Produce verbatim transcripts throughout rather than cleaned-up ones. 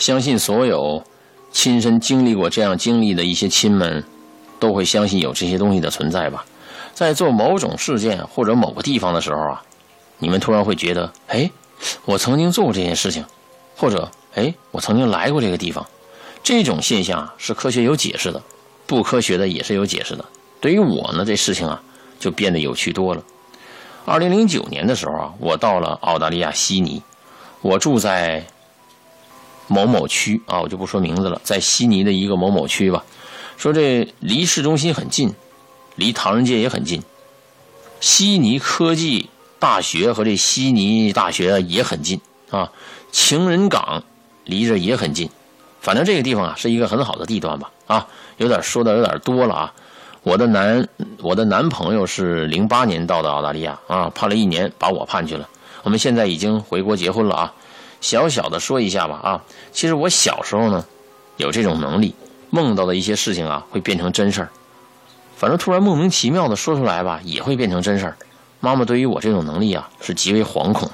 相信所有亲身经历过这样经历的一些亲们，都会相信有这些东西的存在吧。在做某种事件或者某个地方的时候啊，你们突然会觉得，哎，我曾经做过这件事情，或者，哎，我曾经来过这个地方。这种现象啊，是科学有解释的，不科学的也是有解释的。对于我呢，这事情啊，就变得有趣多了。二零零九年的时候啊，我到了澳大利亚悉尼，我住在某某区啊，我就不说名字了，在悉尼的一个某某区吧。说这离市中心很近，离唐人街也很近，悉尼科技大学和这悉尼大学也很近啊，情人港离着也很近。反正这个地方啊是一个很好的地段吧啊，有点说的有点多了啊。我的男我的男朋友是零八年到的澳大利亚啊，判了一年把我判去了。我们现在已经回国结婚了啊。小小的说一下吧啊，其实我小时候呢有这种能力，梦到的一些事情啊会变成真事儿。反正突然莫名其妙的说出来吧，也会变成真事儿。妈妈对于我这种能力啊是极为惶恐的。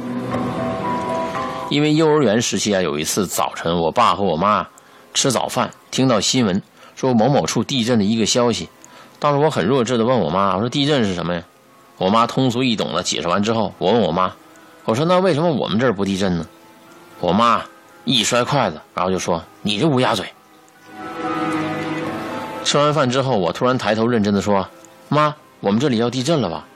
因为幼儿园时期啊，有一次早晨，我爸和我妈吃早饭，听到新闻说某某处地震的一个消息。当时我很弱智的问我妈，我说地震是什么呀？我妈通俗易懂的解释完之后，我问我妈，我说那为什么我们这儿不地震呢？我妈一摔筷子，然后就说你这乌鸦嘴。吃完饭之后，我突然抬头认真的说，妈，我们这里要地震了吧？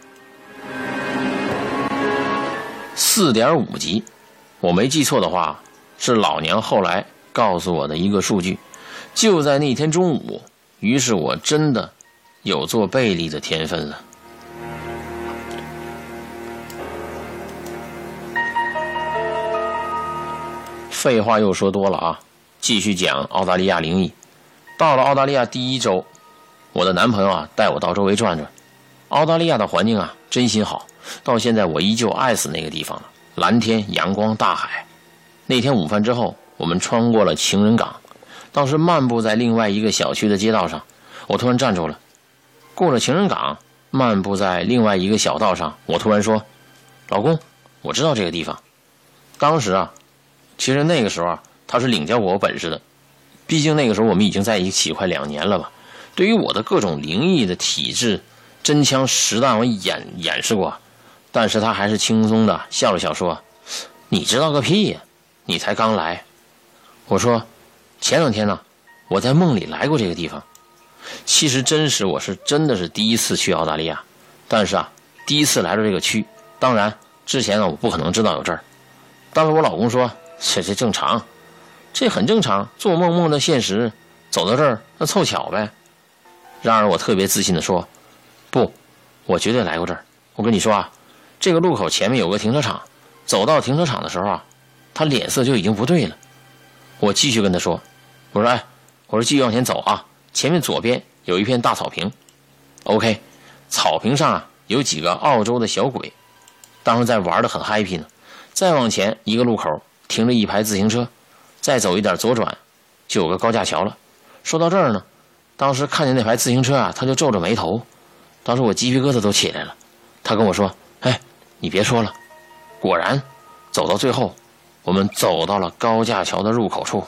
四点五级，我没记错的话，是老娘后来告诉我的一个数据。就在那天中午，于是我真的有做贝利的天分了。废话又说多了啊，继续讲澳大利亚灵异。到了澳大利亚第一周，我的男朋友啊带我到周围转转。澳大利亚的环境啊真心好，到现在我依旧爱死那个地方了，蓝天阳光大海。那天午饭之后，我们穿过了情人港，当时漫步在另外一个小区的街道上，我突然站住了。过了情人港，漫步在另外一个小道上，我突然说，老公，我知道这个地方。当时啊，其实那个时候啊，他是领教过我本事的，毕竟那个时候我们已经在一起快两年了吧。对于我的各种灵异的体质、真枪实弹我演演示过，但是他还是轻松的笑了笑说，你知道个屁呀，你才刚来。我说，前两天呢，我在梦里来过这个地方。其实真实我是真的是第一次去澳大利亚，但是啊，第一次来到这个区，当然之前呢我不可能知道有这儿。当时我老公说，这这正常，这很正常，做梦梦到现实，走到这儿那凑巧呗。然而我特别自信的说，不，我绝对来过这儿。我跟你说啊，这个路口前面有个停车场，走到停车场的时候啊，他脸色就已经不对了。我继续跟他说，我说哎，我说继续往前走啊，前面左边有一片大草坪。 OK， 草坪上啊有几个澳洲的小鬼，当时在玩得很 happy 呢。再往前一个路口停着一排自行车，再走一点左转就有个高架桥了。说到这儿呢，当时看见那排自行车啊，他就皱着眉头，当时我鸡皮疙瘩都起来了。他跟我说，哎，你别说了。果然走到最后，我们走到了高架桥的入口处。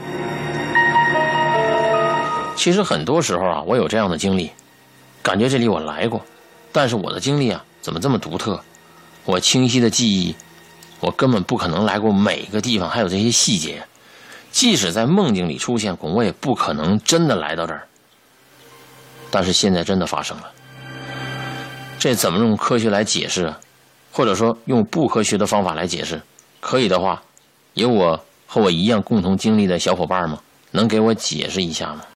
其实很多时候啊，我有这样的经历，感觉这里我来过，但是我的经历啊怎么这么独特？我清晰的记忆，我根本不可能来过每个地方，还有这些细节，即使在梦境里出现过，我也不可能真的来到这儿。但是现在真的发生了，这怎么用科学来解释啊？或者说用不科学的方法来解释？可以的话，有我和我一样共同经历的小伙伴吗？能给我解释一下吗？